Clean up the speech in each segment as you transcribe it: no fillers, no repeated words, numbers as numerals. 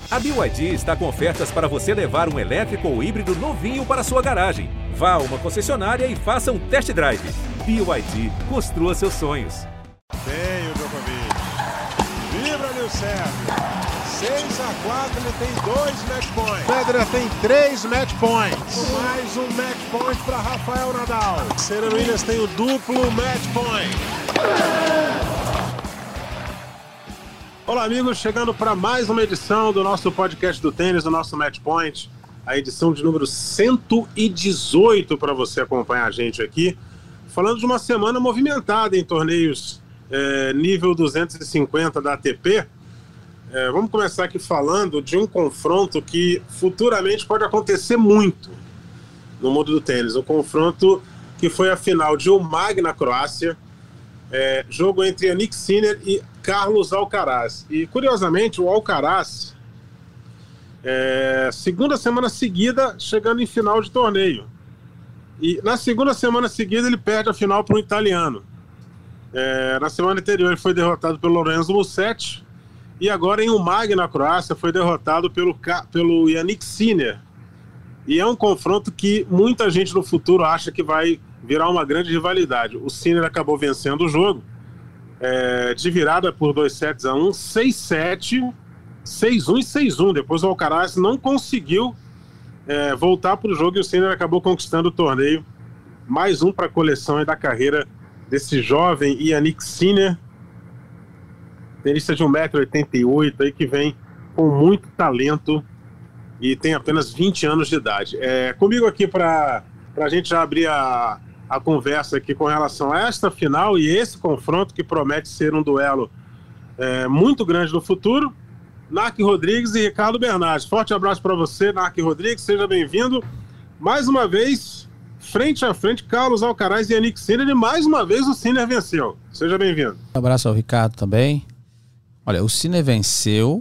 A BYD está com ofertas para você levar um elétrico ou híbrido novinho para sua garagem. Vá a uma concessionária e faça um test drive. BYD, construa seus sonhos. Tem o Djokovic. Vibra ali o Sérgio. 6-4, ele tem 2 match points. Federer tem 3 match points. Mais um match point para Rafael Nadal. Serena Williams tem o duplo match point. Olá, amigos, chegando para mais uma edição do nosso podcast do tênis, do nosso Match Point, a edição de número 118 para você acompanhar a gente aqui, falando de uma semana movimentada em torneios nível 250 da ATP. Vamos começar aqui falando de um confronto que futuramente pode acontecer muito no mundo do tênis, um confronto que foi a final de Umag na Croácia, jogo entre Jannik Sinner e Carlos Alcaraz. E, curiosamente, o Alcaraz, segunda semana seguida, chegando em final de torneio. E na segunda semana seguida, ele perde a final para um italiano. Na semana anterior, ele foi derrotado pelo Lorenzo Musetti. E agora, em Umag, na Croácia, foi derrotado pelo Jannik Sinner. E é um confronto que muita gente no futuro acha que vai virar uma grande rivalidade. O Sinner acabou vencendo o jogo, de virada por 2-1, 6-7, 6-1 e 6-1. Depois o Alcaraz não conseguiu voltar para o jogo e o Sinner acabou conquistando o torneio. Mais um para a coleção da carreira desse jovem Jannik Sinner, tenista de 1,88 m, que vem com muito talento e tem apenas 20 anos de idade. Comigo aqui para a gente já abrir a conversa aqui com relação a esta final e esse confronto que promete ser um duelo muito grande no futuro, Narc Rodrigues e Ricardo Bernardes. Forte abraço para você, Narc Rodrigues, seja bem-vindo. Mais uma vez, frente a frente, Carlos Alcaraz e Jannik Sinner, e mais uma vez o Sinner venceu. Seja bem-vindo. Um abraço ao Ricardo também. Olha, o Sinner venceu,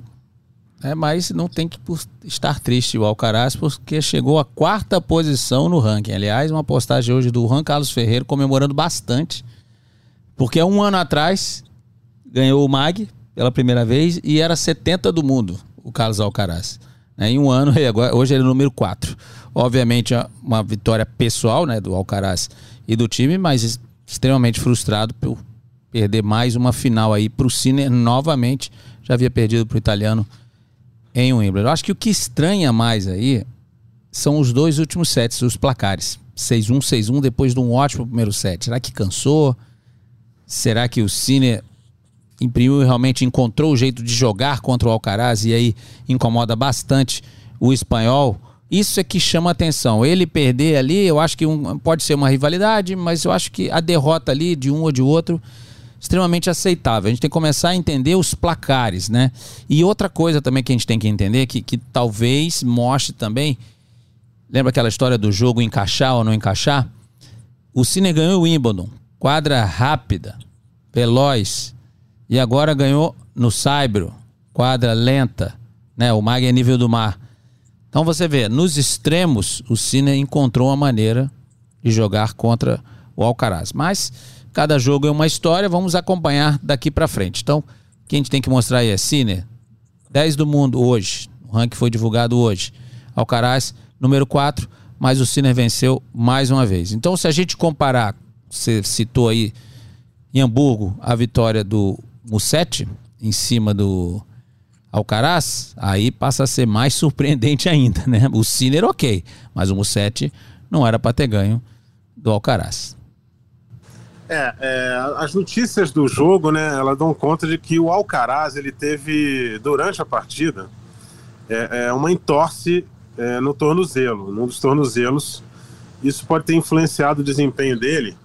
mas não tem que estar triste o Alcaraz, porque chegou à 4ª posição no ranking. Aliás, uma postagem hoje do Juan Carlos Ferreira comemorando bastante, porque há um ano atrás ganhou o MAG pela primeira vez e era 70 do mundo, o Carlos Alcaraz. Em um ano, hoje ele é o número 4. Obviamente, uma vitória pessoal, do Alcaraz e do time, mas extremamente frustrado por perder mais uma final aí para o Sinner novamente. Já havia perdido para o italiano em Wimbledon. Eu acho que o que estranha mais aí são os 2 últimos sets, os placares. 6-1, 6-1, depois de um ótimo primeiro set. Será que cansou? Será que o Sinner imprimiu e realmente encontrou o jeito de jogar contra o Alcaraz e aí incomoda bastante o espanhol? Isso é que chama atenção. Ele perder ali, eu acho que pode ser uma rivalidade, mas eu acho que a derrota ali de um ou de outro extremamente aceitável. A gente tem que começar a entender os placares, E outra coisa também que a gente tem que entender, que talvez mostre também, lembra aquela história do jogo encaixar ou não encaixar? O Sinner ganhou o Wimbledon, quadra rápida, veloz, e agora ganhou no Saibro, quadra lenta, O MAG é nível do mar. Então você vê, nos extremos, o Sinner encontrou uma maneira de jogar contra o Alcaraz. Mas cada jogo é uma história, vamos acompanhar daqui para frente. Então, o que a gente tem que mostrar aí é Sinner, 10 do mundo hoje, o ranking foi divulgado hoje. Alcaraz, número 4, mas o Sinner venceu mais uma vez. Então, se a gente comparar, você citou aí em Hamburgo a vitória do Musetti em cima do Alcaraz, aí passa a ser mais surpreendente ainda, O Sinner, ok, mas o Musetti não era para ter ganho do Alcaraz. As notícias do jogo, elas dão conta de que o Alcaraz, ele teve, durante a partida, uma entorse no tornozelo, num dos tornozelos. Isso pode ter influenciado o desempenho dele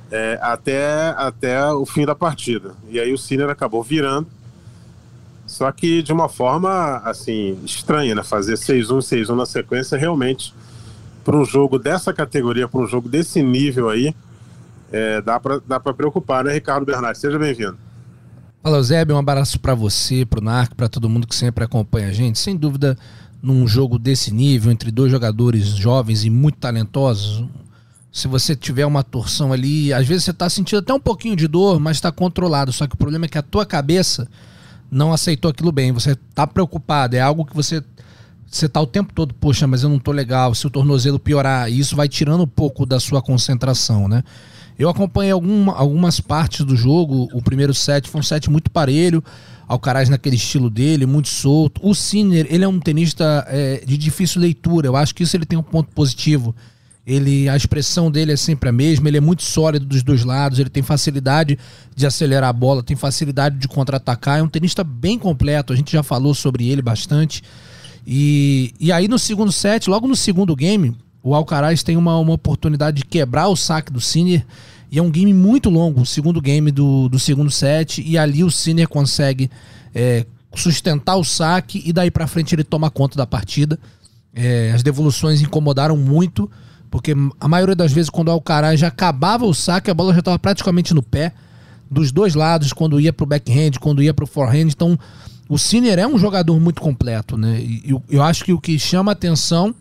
até o fim da partida. E aí o Sinner acabou virando, só que de uma forma, assim, estranha, Fazer 6-1, 6-1 na sequência, realmente, para um jogo dessa categoria, para um jogo desse nível aí, dá para preocupar, Ricardo Bernardes? Seja bem-vindo. Fala, Eusébio, um abraço para você, para o Narc, para todo mundo que sempre acompanha a gente. Sem dúvida, num jogo desse nível, entre 2 jogadores jovens e muito talentosos, se você tiver uma torção ali, às vezes você está sentindo até um pouquinho de dor, mas está controlado. Só que o problema é que a tua cabeça não aceitou aquilo bem. Você tá preocupado, é algo que você tá o tempo todo, poxa, mas eu não tô legal, se o tornozelo piorar, e isso vai tirando um pouco da sua concentração, né? Eu acompanhei algumas partes do jogo. O primeiro set foi um set muito parelho, Alcaraz naquele estilo dele, muito solto. O Sinner, ele é um tenista de difícil leitura, eu acho que isso ele tem um ponto positivo. A expressão dele é sempre a mesma, ele é muito sólido dos dois lados, ele tem facilidade de acelerar a bola, tem facilidade de contra-atacar, é um tenista bem completo, a gente já falou sobre ele bastante. E aí no segundo set, logo no segundo game, o Alcaraz tem uma oportunidade de quebrar o saque do Sinner, e é um game muito longo, o segundo game do segundo set, e ali o Sinner consegue sustentar o saque, e daí pra frente ele toma conta da partida. As devoluções incomodaram muito, porque a maioria das vezes quando o Alcaraz já acabava o saque, a bola já estava praticamente no pé, dos dois lados, quando ia pro backhand, quando ia pro forehand. Então o Sinner é um jogador muito completo, né? E eu acho que o que chama atenção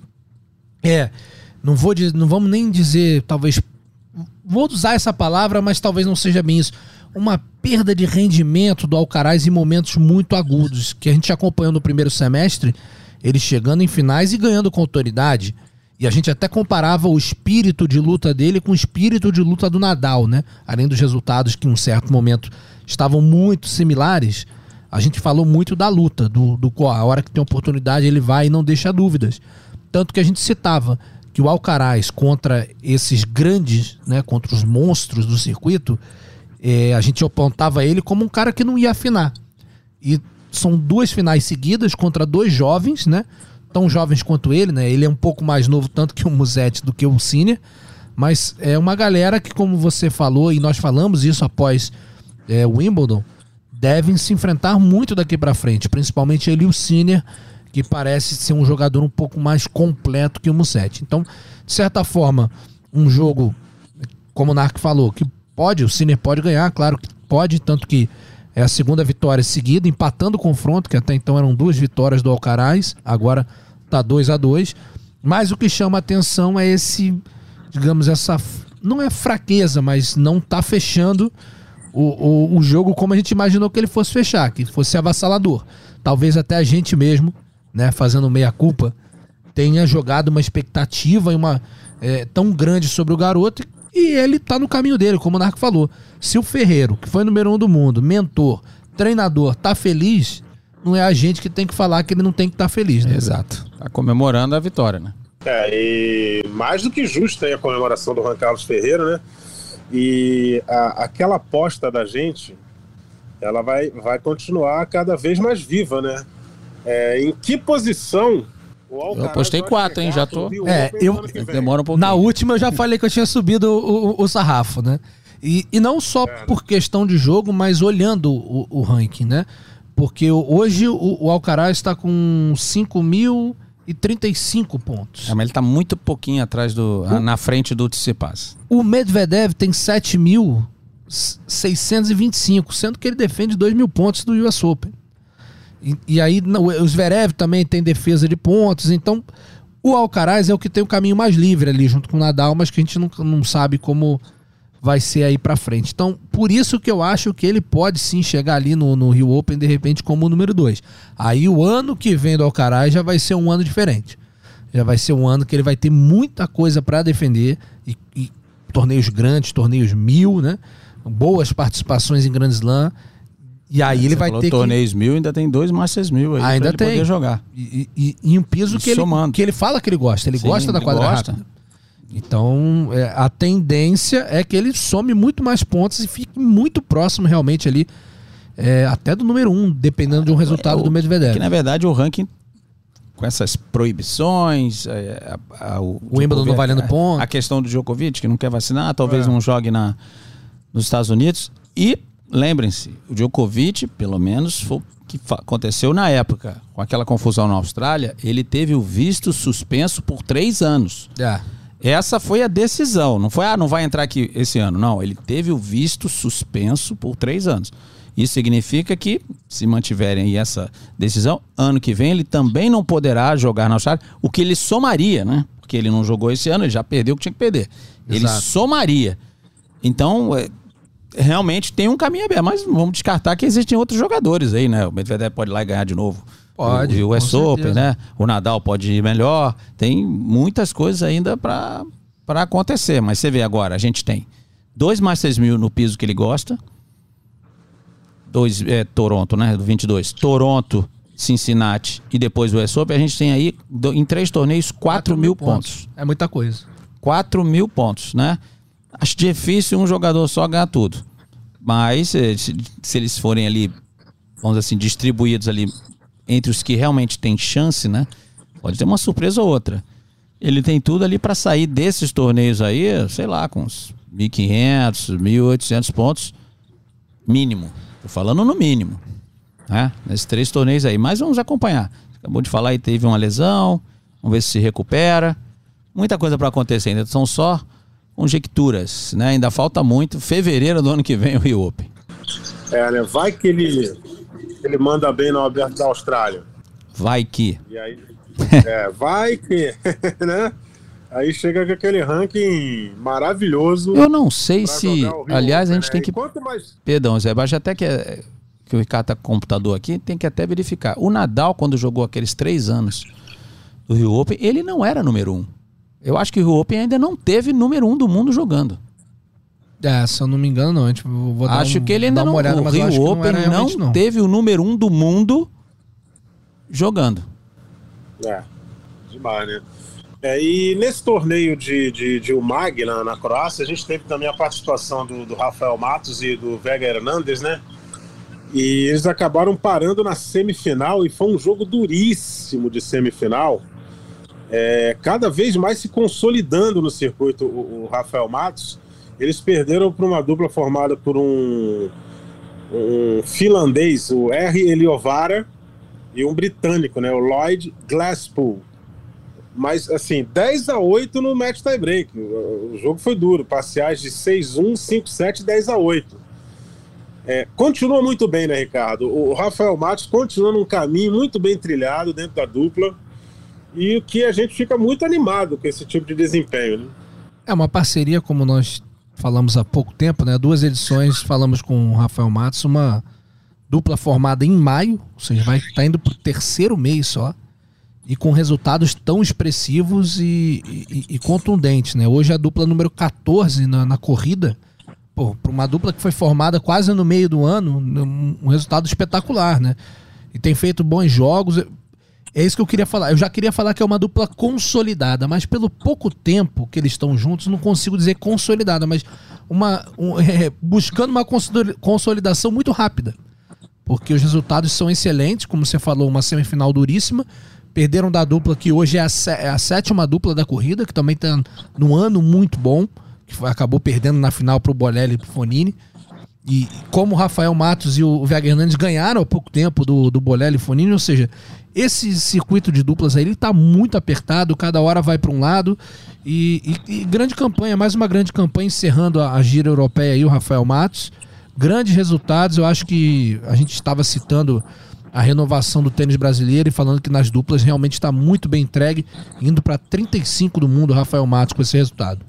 não vamos nem dizer, talvez, vou usar essa palavra, mas talvez não seja bem isso, uma perda de rendimento do Alcaraz em momentos muito agudos, que a gente acompanhou no primeiro semestre, ele chegando em finais e ganhando com autoridade, e a gente até comparava o espírito de luta dele com o espírito de luta do Nadal, né? Além dos resultados que em um certo momento estavam muito similares, a gente falou muito da luta, a hora que tem oportunidade ele vai e não deixa dúvidas. Tanto que a gente citava que o Alcaraz contra esses grandes, né, contra os monstros do circuito, a gente apontava ele como um cara que não ia afinar. E são 2 finais seguidas contra 2 jovens, né, tão jovens quanto ele, né, ele é um pouco mais novo tanto que o Musetti do que o Sinner, mas é uma galera que, como você falou, e nós falamos isso após o Wimbledon, devem se enfrentar muito daqui para frente, principalmente ele e o Sinner, que parece ser um jogador um pouco mais completo que o Musetti. Então, de certa forma, um jogo, como o Narc falou, que o Sinner pode ganhar, claro que pode, tanto que é a segunda vitória seguida, empatando o confronto, que até então eram 2 vitórias do Alcaraz, agora tá 2-2, mas o que chama a atenção é essa, não é fraqueza, mas não tá fechando o jogo como a gente imaginou que ele fosse fechar, que fosse avassalador. Talvez até a gente mesmo, né, fazendo meia-culpa, tenha jogado uma expectativa tão grande sobre o garoto, e ele tá no caminho dele, como o Narco falou. Se o Ferreiro, que foi número 1 do mundo, mentor, treinador, tá feliz, não é a gente que tem que falar que ele não tem que estar feliz, né? Exato. Tá comemorando a vitória, né? E mais do que justa aí a comemoração do Juan Carlos Ferreira, né? E aquela aposta da gente, ela vai continuar cada vez mais viva, né? Em que posição o Alcaraz... Eu apostei 4, hein? Já tô... Demora um pouquinho. Na última eu já falei que eu tinha subido o sarrafo, né? E não só por questão de jogo, mas olhando o ranking, né? Porque hoje o Alcaraz está com 5.035 pontos. Mas ele tá muito pouquinho atrás na frente do Tsitsipas. O Medvedev tem 7.625, sendo que ele defende 2.000 pontos do US Open. E aí o Zverev também tem defesa de pontos. Então o Alcaraz é o que tem o caminho mais livre ali junto com o Nadal, mas que a gente não sabe como vai ser aí pra frente. Então por isso que eu acho que ele pode sim chegar ali no Rio Open de repente como o número 2. Aí o ano que vem do Alcaraz já vai ser um ano diferente. Já vai ser um ano que ele vai ter muita coisa pra defender e torneios grandes, torneios 1000, né? Boas participações em Grand Slam. E aí ele vai ter torneios 1000, ainda tem 2 Masters 1000 aí ainda pra ele poder jogar. E um piso que ele fala que ele gosta. Ele gosta da quadra rápida. Então a tendência é que ele some muito mais pontos e fique muito próximo realmente ali, até do número 1, dependendo de um resultado do Medvedev. Que na verdade o ranking, com essas proibições, o Wimbledon não valendo ponto, a questão do Djokovic, que não quer vacinar, talvez não jogue nos Estados Unidos. E lembrem-se, o Djokovic, pelo menos foi o que aconteceu na época, com aquela confusão na Austrália, ele teve o visto suspenso por 3 anos. Essa foi a decisão, não foi, não vai entrar aqui esse ano, não. Ele teve o visto suspenso por 3 anos. Isso significa que, se mantiverem aí essa decisão, ano que vem ele também não poderá jogar na Austrália, o que ele somaria, né? Porque ele não jogou esse ano, ele já perdeu o que tinha que perder. Exato. Ele somaria. Então, realmente tem um caminho aberto, mas vamos descartar que existem outros jogadores aí, né? O Medvedev pode ir lá e ganhar de novo. Pode. O US Open, né? O Nadal pode ir melhor. Tem muitas coisas ainda para acontecer. Mas você vê agora, a gente tem 2 Masters 1000 no piso que ele gosta. Toronto, né? Do 22. Toronto, Cincinnati e depois o US Open. A gente tem aí, em 3 torneios, 4 mil pontos. É muita coisa. 4 mil pontos, né? Acho difícil um jogador só ganhar tudo. Mas se eles forem ali, vamos dizer assim, distribuídos ali entre os que realmente têm chance, né? Pode ter uma surpresa ou outra. Ele tem tudo ali para sair desses torneios aí, sei lá, com uns 1.500, 1.800 pontos mínimo. Tô falando no mínimo, né? Nesses 3 torneios aí. Mas vamos acompanhar. Acabou de falar aí, teve uma lesão. Vamos ver se recupera. Muita coisa para acontecer ainda. São só conjecturas, né? Ainda falta muito. Fevereiro do ano que vem o Rio Open. Né? Vai que ele manda bem no Aberto da Austrália. Vai que. E aí, vai que, né? Aí chega com aquele ranking maravilhoso. Eu não sei se... Aliás, a gente tem que... Mais... Perdão, Zé, mas até que o Ricardo tá com o computador aqui, tem que até verificar. O Nadal, quando jogou aqueles 3 anos do Rio Open, ele não era número 1. Eu acho que o Rio Open ainda não teve número 1 do mundo jogando. Se eu não me engano, não. A gente vou dar acho que ele ainda não... olhada, o Rio Open não teve o número 1 do mundo jogando. Demais, né? E nesse torneio de UMAG na Croácia, a gente teve também a participação do Rafael Matos e do Vega Hernandes, né? E eles acabaram parando na semifinal e foi um jogo duríssimo de semifinal. Cada vez mais se consolidando no circuito o Rafael Matos. Eles perderam para uma dupla formada por um finlandês, o R. Eliovara, e um britânico, né, o Lloyd Glasspool. Mas, assim, 10-8 no match tie-break. O jogo foi duro, parciais de 6-1, 5-7 e 10-8. Continua muito bem, né, Ricardo? O Rafael Matos continua num caminho muito bem trilhado dentro da dupla e que a gente fica muito animado com esse tipo de desempenho, né? É uma parceria, como nós falamos há pouco tempo, né? 2 edições falamos com o Rafael Matos, uma dupla formada em maio, ou seja, vai estar indo para o 3º mês só, e com resultados tão expressivos e contundentes, né? Hoje a dupla número 14 na corrida, para uma dupla que foi formada quase no meio do ano, um resultado espetacular, né? E tem feito bons jogos. É isso que eu queria falar. Eu já queria falar que é uma dupla consolidada, mas pelo pouco tempo que eles estão juntos, não consigo dizer consolidada, mas buscando uma consolidação muito rápida. Porque os resultados são excelentes, como você falou, uma semifinal duríssima. Perderam da dupla que hoje é a 7ª dupla da corrida, que também está num ano muito bom, que acabou perdendo na final para o Bolelli e para o Fonini. E como o Rafael Matos e o Vega Hernandes ganharam há pouco tempo do Bolelli e Fonini, ou seja, esse circuito de duplas aí, ele tá muito apertado, cada hora vai para um lado, e grande campanha, mais uma grande campanha encerrando a gira europeia aí, o Rafael Matos. Grandes resultados, eu acho que a gente estava citando a renovação do tênis brasileiro e falando que nas duplas realmente está muito bem entregue, indo para 35 do mundo, o Rafael Matos, com esse resultado.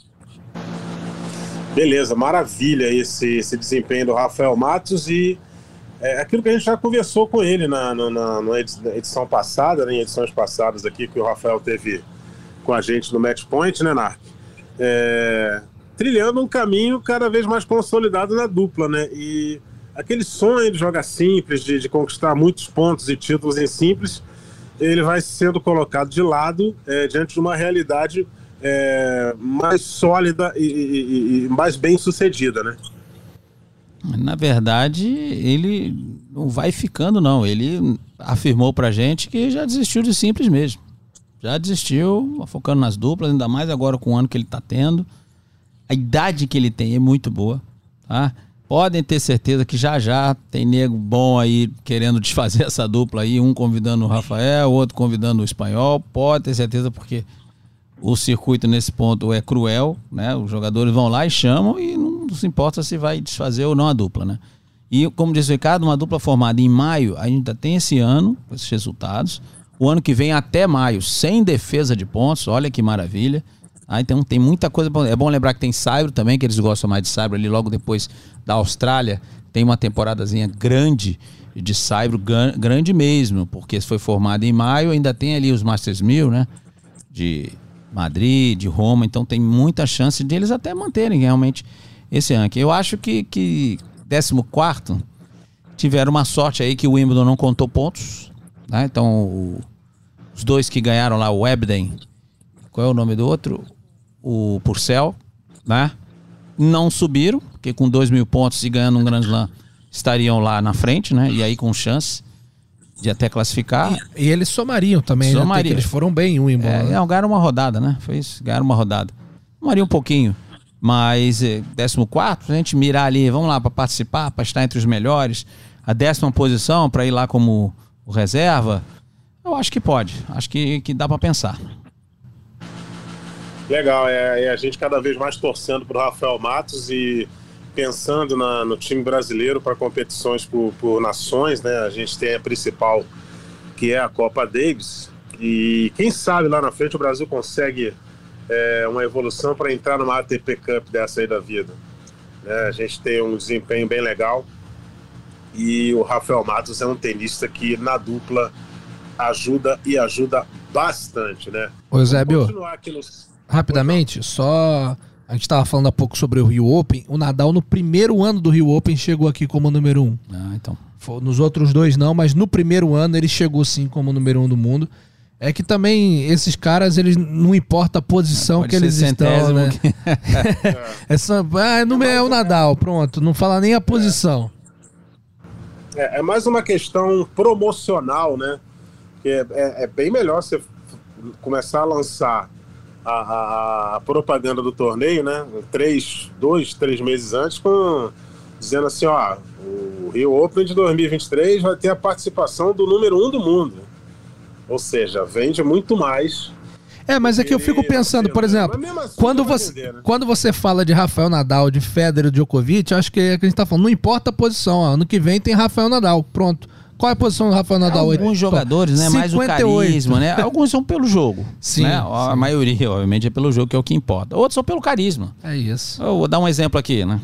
Beleza, maravilha esse desempenho do Rafael Matos e aquilo que a gente já conversou com ele na edição passada, né, em edições passadas aqui, que o Rafael teve com a gente no Match Point, né, Narc? Trilhando um caminho cada vez mais consolidado na dupla, né? E aquele sonho de jogar simples, de conquistar muitos pontos e títulos em simples, ele vai sendo colocado de lado diante de uma realidade mais sólida e mais bem sucedida, né? Na verdade, ele não vai ficando, não. Ele afirmou pra gente que já desistiu de simples mesmo. Já desistiu, focando nas duplas, ainda mais agora com o ano que ele tá tendo. A idade que ele tem é muito boa, tá? Podem ter certeza que já tem nego bom aí querendo desfazer essa dupla aí, um convidando o Rafael, outro convidando o espanhol. Pode ter certeza, porque o circuito nesse ponto é cruel, né? Os jogadores vão lá e chamam e não se importa se vai desfazer ou não a dupla, né? E como disse o Ricardo, uma dupla formada em maio, a gente ainda tem esse ano, esses resultados. O ano que vem até maio, sem defesa de pontos, olha que maravilha. Então tem muita coisa. É bom lembrar que tem Saibro também, que eles gostam mais de Saibro ali logo depois da Austrália. Tem uma temporadazinha grande de Saibro, grande mesmo, porque foi formado em maio, ainda tem ali os Masters 1000, né? De Madrid, de Roma, então tem muita chance de eles até manterem realmente esse ranking. Eu acho que 14º tiveram uma sorte aí que o Wimbledon não contou pontos, né? Então os dois que ganharam lá, o Ebden, qual é o nome do outro? O Purcell, né? Não subiram, porque com 2.000 pontos e ganhando um Grand Slam estariam lá na frente, né? E aí com chance de até classificar. E eles somariam também, né? Eles foram bem em Wimbledon. Ganharam uma rodada, né? Foi isso, ganharam uma rodada. Somaria um pouquinho, mas 14º, a gente mirar ali, vamos lá para participar, para estar entre os melhores, a 10ª posição para ir lá como reserva, eu acho que pode, acho que dá para pensar. Legal, a gente cada vez mais torcendo para o Rafael Matos e pensando no time brasileiro para competições por nações, né? A gente tem a principal, que é a Copa Davis, e quem sabe lá na frente o Brasil consegue uma evolução para entrar numa ATP Cup dessa aí da vida. A gente tem um desempenho bem legal e o Rafael Matos é um tenista que na dupla ajuda bastante, né? Ô Zébio, rapidamente, só... A gente estava falando há pouco sobre o Rio Open. O Nadal, no primeiro ano do Rio Open, chegou aqui como número 1. Então. Nos outros 2 não, mas no primeiro ano ele chegou sim como número 1 do mundo. É que também esses caras, eles não importa a posição que eles estão, né? É o Nadal, pronto. Não fala nem a posição. É mais uma questão promocional, né? Que é bem melhor você começar a lançar a propaganda do torneio, né? 2, 3 meses antes, dizendo assim, ó, o Rio Open de 2023 vai ter a participação do número 1 do mundo. Ou seja, vende muito mais. Mas é que eu fico pensando, por exemplo, assim, quando você fala de Rafael Nadal, de Federer, de Djokovic, acho que é que a gente tá falando, não importa a posição, ano que vem tem Rafael Nadal, pronto. Qual é a posição do Rafael Nadal? Alguns jogadores, né? 58. Mais o carisma, né? Alguns são pelo jogo. Sim, né? A maioria, obviamente, é pelo jogo, que é o que importa. Outros são pelo carisma. É isso. Eu vou dar um exemplo aqui, né?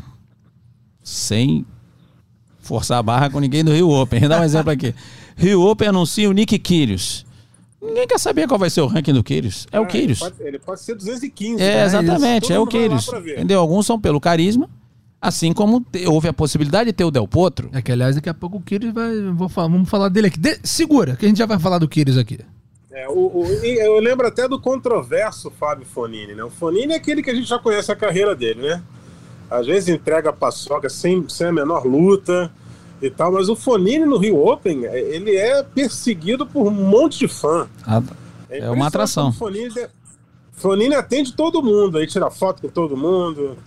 Sem forçar a barra com ninguém do Rio Open. Vou dar um exemplo aqui. Rio Open anuncia o Nick Kyrgios. Ninguém quer saber qual vai ser o ranking do Kyrgios. É o Kyrgios. Ele pode ser 215. Exatamente, é o Kyrgios. Entendeu? Alguns são pelo carisma. Assim como houve a possibilidade de ter o Del Potro. Que, aliás, daqui a pouco o Kyrgios vamos falar dele aqui. Segura, que a gente já vai falar do Kyrgios aqui. Eu lembro até do controverso Fábio Fonini, né? O Fonini é aquele que a gente já conhece a carreira dele, né? Às vezes entrega a paçoca sem a menor luta e tal, mas o Fonini no Rio Open, ele é perseguido por um monte de fã. É uma atração. Fonini atende todo mundo, aí tira foto com todo mundo.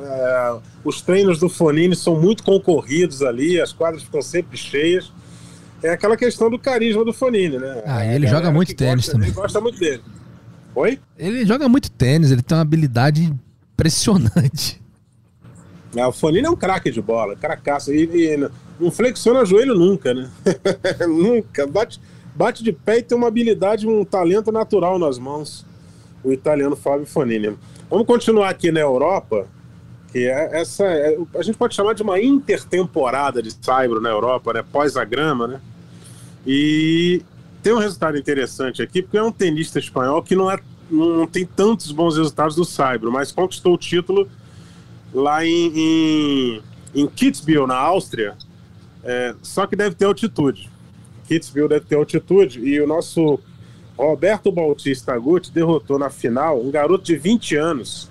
Os treinos do Fonini são muito concorridos ali, as quadras ficam sempre cheias. É aquela questão do carisma do Fonini, né? Ele joga muito tênis também. Ele gosta muito dele. Oi? Ele joga muito tênis, ele tem uma habilidade impressionante. O Fonini é um craque de bola, cracaço. E não flexiona joelho nunca, né? Nunca. Bate de pé e tem uma habilidade, um talento natural nas mãos. O italiano Fábio Fonini. Vamos continuar aqui na Europa, que a gente pode chamar de uma intertemporada de Saibro na Europa, né? Pós a grama, né? E tem um resultado interessante aqui, porque é um tenista espanhol que não tem tantos bons resultados do Saibro, mas conquistou o título lá em Kitzbühel, na Áustria, só que deve ter altitude. Kitzbühel deve ter altitude, e o nosso Roberto Bautista Agut derrotou na final um garoto de 20 anos,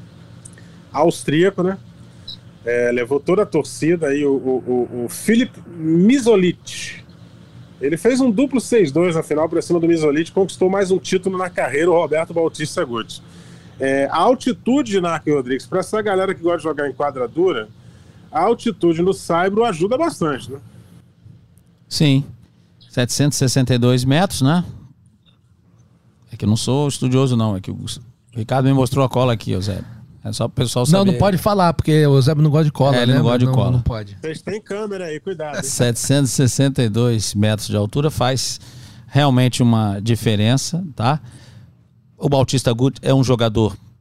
austríaco, né? Levou toda a torcida aí, o Filip Misolic. Ele fez um duplo 6-2 na final por cima do Misolic, conquistou mais um título na carreira, o Roberto Bautista Agut. A altitude, Narco e Rodrigues, para essa galera que gosta de jogar em quadradura, a altitude no Saibro ajuda bastante, né? Sim, 762 metros, né? É que eu não sou estudioso, não. É que o Ricardo me mostrou a cola aqui, Zé. É só o pessoal saber. Não pode falar, porque o Zé não gosta de cola, ele né? não gosta de cola. Não pode. Vocês têm câmera aí, cuidado. 762 metros de altura faz realmente uma diferença, tá? O Bautista Agut é um jogador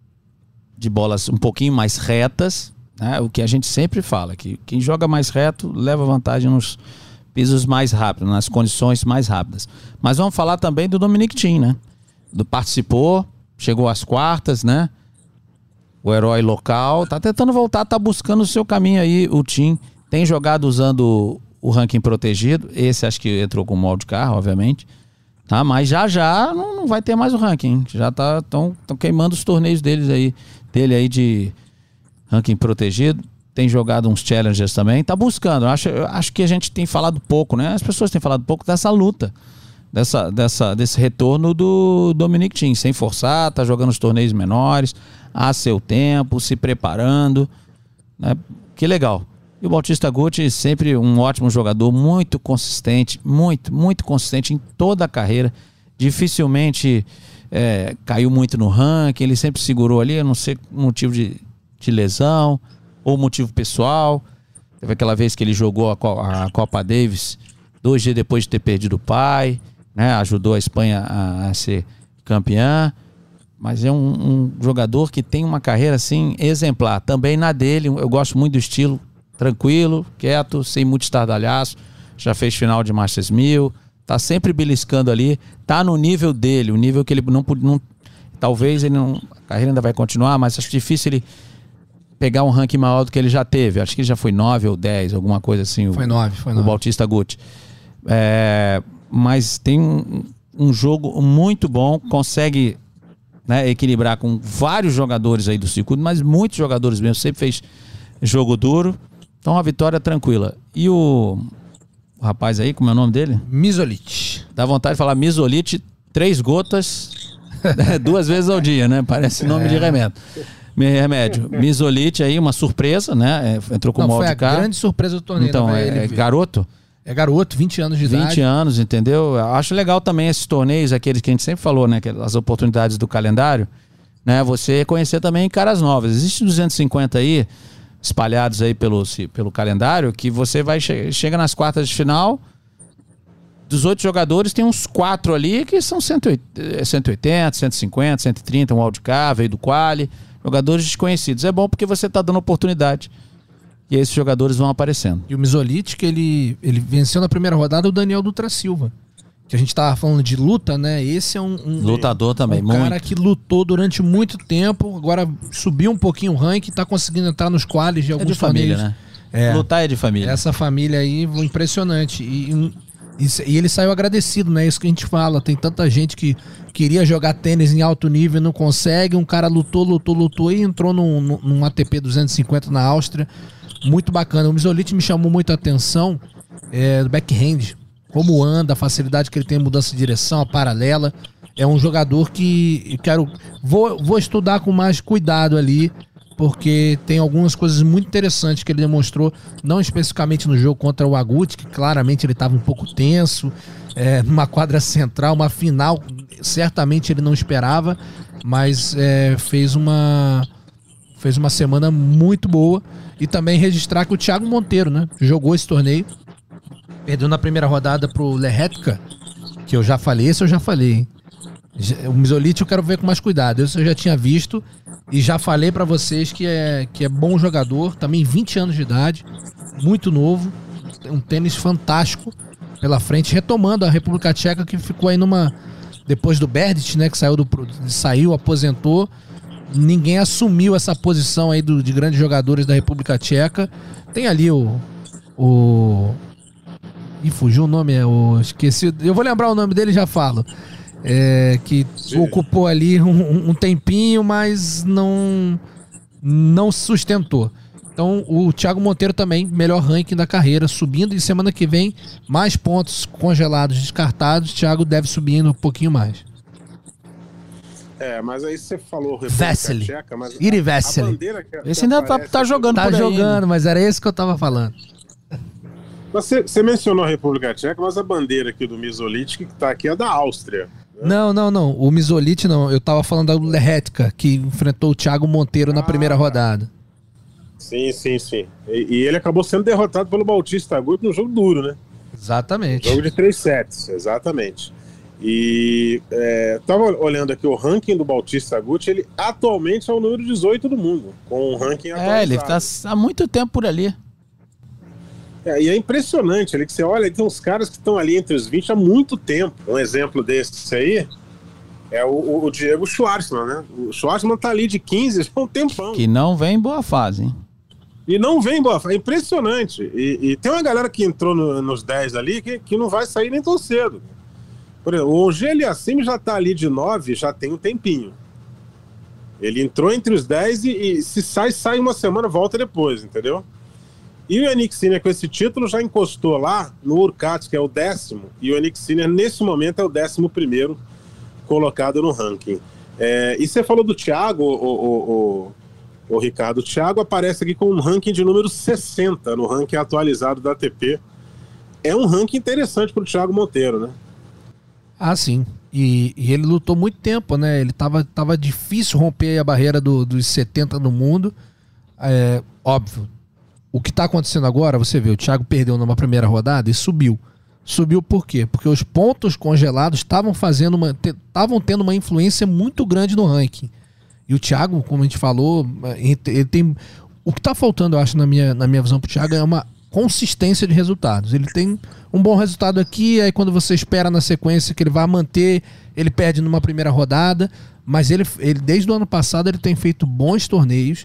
de bolas um pouquinho mais retas, né? O que a gente sempre fala, que quem joga mais reto leva vantagem nos pisos mais rápidos, nas condições mais rápidas. Mas vamos falar também do Dominic Thiem, né? Participou, chegou às quartas, né? O herói local, tá tentando voltar, tá buscando o seu caminho aí. O Thiem tem jogado usando o ranking protegido, esse acho que entrou com o molde de carro, obviamente, tá? Mas já não vai ter mais o ranking, já estão queimando os torneios dele aí de ranking protegido. Tem jogado uns challengers também, tá buscando. Eu acho que a gente tem falado pouco, né? As pessoas têm falado pouco dessa luta, desse retorno do Dominic Thiem, sem forçar, tá jogando os torneios menores, a seu tempo, se preparando, né? Que legal. E o Bautista Agut, sempre um ótimo jogador, muito consistente, muito consistente em toda a carreira. Dificilmente caiu muito no ranking, ele sempre segurou ali, a não ser motivo de lesão ou motivo pessoal. Teve aquela vez que ele jogou a Copa Davis 2 dias depois de ter perdido o pai, né? Ajudou a Espanha a ser campeã. Mas é um jogador que tem uma carreira assim exemplar. Também na dele, eu gosto muito do estilo, tranquilo, quieto, sem muito estardalhaço. Já fez final de Masters 1000, tá sempre beliscando ali, tá no nível dele, o nível que ele não talvez ele não, a carreira ainda vai continuar, mas acho difícil ele pegar um ranking maior do que ele já teve. Acho que ele já foi 9 ou 10, alguma coisa assim. Foi 9. O Bautista Agut. Mas tem um jogo muito bom, consegue, né, equilibrar com vários jogadores aí do circuito, mas muitos jogadores mesmo, sempre fez jogo duro. Então uma vitória tranquila. E o rapaz aí, como é o nome dele? Misolic. Dá vontade de falar Misolic, 3 gotas 2 vezes ao dia, né? Parece nome de remédio. Misolic aí, uma surpresa, né? Entrou com o molde de carro. Foi a grande surpresa do torneio. Então, garoto? É garoto, 20 anos de idade. 20 anos, entendeu? Eu acho legal também esses torneios, aqueles que a gente sempre falou, né? As oportunidades do calendário, né? Você conhecer também caras novas. Existem 250 aí, espalhados aí pelo calendário, que você chega nas quartas de final, dos 8 jogadores, tem uns 4 ali que são 180, 150, 130, um wildcard, veio do quali, jogadores desconhecidos. É bom porque você está dando oportunidade e esses jogadores vão aparecendo. E o Misolic, que ele venceu na primeira rodada o Daniel Dutra Silva, que a gente tava falando de luta, né? Esse é um lutador também, um cara que lutou durante muito tempo, agora subiu um pouquinho o ranking, tá conseguindo entrar nos quales de alguns torneios. Família, né? Lutar é de família. Essa família aí, impressionante. E ele saiu agradecido, né? Isso que a gente fala. Tem tanta gente que queria jogar tênis em alto nível e não consegue. Um cara lutou e entrou num ATP 250 na Áustria. Muito bacana. O Misolic me chamou muito a atenção do backhand. Como anda, a facilidade que ele tem em mudança de direção, a paralela. É um jogador que vou estudar com mais cuidado ali, porque tem algumas coisas muito interessantes que ele demonstrou, não especificamente no jogo contra o Agut, que claramente ele estava um pouco tenso, numa quadra central, uma final, certamente ele não esperava, mas fez uma semana muito boa. E também registrar que o Thiago Monteiro, né, jogou esse torneio, perdeu na primeira rodada pro Lehetka, que eu já falei, esse eu já falei, hein? O Misolic eu quero ver com mais cuidado. Esse eu já tinha visto e já falei pra vocês que é bom jogador, também 20 anos de idade, muito novo, um tênis fantástico pela frente, retomando a República Tcheca, que ficou aí depois do Berdych, né, que saiu, aposentou. Ninguém assumiu essa posição aí de grandes jogadores da República Tcheca. Tem ali Ih, fugiu o nome, esqueci. Eu vou lembrar o nome dele e já falo. Que ocupou ali um tempinho, mas não sustentou. Então o Thiago Monteiro também, melhor ranking da carreira, subindo, e semana que vem mais pontos congelados, descartados. O Thiago deve subir um pouquinho mais. Mas aí você falou Vesely. Tcheca, mas Iri Vesely. Esse ainda tá jogando tá por aí, jogando, né? Mas era esse que eu tava falando. Você mencionou a República Tcheca, mas a bandeira aqui do Misolic que tá aqui é da Áustria. Né? Não. O Misolic não. Eu tava falando do Lehetka, que enfrentou o Thiago Monteiro na primeira rodada. Sim. E ele acabou sendo derrotado pelo Bautista Agut num jogo duro, né? Exatamente. Jogo de 3 sets, exatamente. E estava olhando aqui o ranking do Bautista Agut, ele atualmente é o número 18 do mundo, com um ranking atualizado. Ele está há muito tempo por ali. E é impressionante, ali que você olha, tem uns caras que estão ali entre os 20 há muito tempo. Um exemplo desse aí é o Diego Schwartzman, né? O Schwartzman tá ali de 15 já há um tempão. Que não vem em boa fase, hein? E não vem em boa fase, é impressionante. E tem uma galera que entrou nos 10 ali que não vai sair nem tão cedo. Por exemplo, o Ogeliacime já tá ali de 9, já tem um tempinho. Ele entrou entre os 10 e se sai uma semana, volta depois, entendeu? E o Yannick Sinner com esse título já encostou lá no Urquhart, que é o 10º, e o Yannick Sinner nesse momento é o 11º colocado no ranking. E você falou do Thiago, o Ricardo. O Thiago aparece aqui com um ranking de número 60 no ranking atualizado da ATP. É um ranking interessante para o Thiago Monteiro, né? Ah, sim. E ele lutou muito tempo, né? Ele tava difícil romper a barreira dos 70 no mundo. Óbvio. O que está acontecendo agora, você vê, o Thiago perdeu numa primeira rodada e subiu. Subiu por quê? Porque os pontos congelados estavam tendo uma influência muito grande no ranking. E o Thiago, como a gente falou, ele tem... O que está faltando, eu acho, na minha visão pro Thiago é uma consistência de resultados. Ele tem um bom resultado aqui, aí quando você espera na sequência que ele vai manter, ele perde numa primeira rodada, mas ele desde o ano passado ele tem feito bons torneios.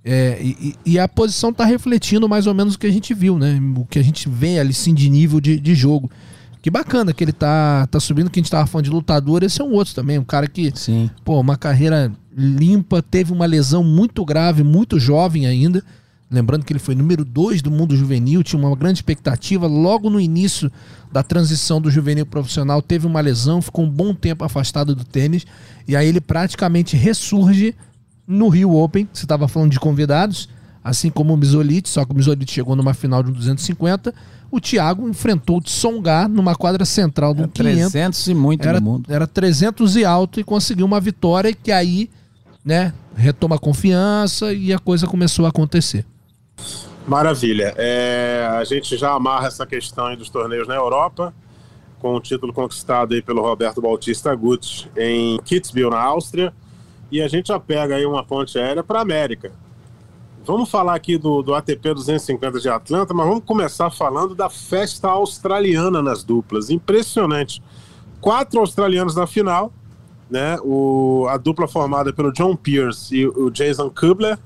E a posição está refletindo mais ou menos o que a gente viu, né? O que a gente vê ali, sim, de nível de jogo. Que bacana que ele tá subindo, que a gente tava falando de lutador, esse é um outro também, um cara que, sim, uma carreira limpa, teve uma lesão muito grave, muito jovem ainda, lembrando que ele foi número 2 do mundo juvenil, tinha uma grande expectativa, logo no início da transição do juvenil profissional, teve uma lesão, ficou um bom tempo afastado do tênis, e aí ele praticamente ressurge no Rio Open. Você estava falando de convidados, assim como o Misolite, só que o Misolite chegou numa final de 250. O Thiago enfrentou o Tsonga numa quadra central do 500. 300 e muito no mundo. Era 300 e alto e conseguiu uma vitória que aí, né, retoma a confiança e a coisa começou a acontecer. Maravilha. A gente já amarra essa questão aí dos torneios na Europa, com o título conquistado aí pelo Roberto Bautista Agut em Kitzbühel, na Áustria. E a gente já pega aí uma ponte aérea para a América. Vamos falar aqui do ATP 250 de Atlanta, mas vamos começar falando da festa australiana nas duplas. Impressionante. 4 australianos na final, né? A dupla formada pelo John Peers e o Jason Kubler.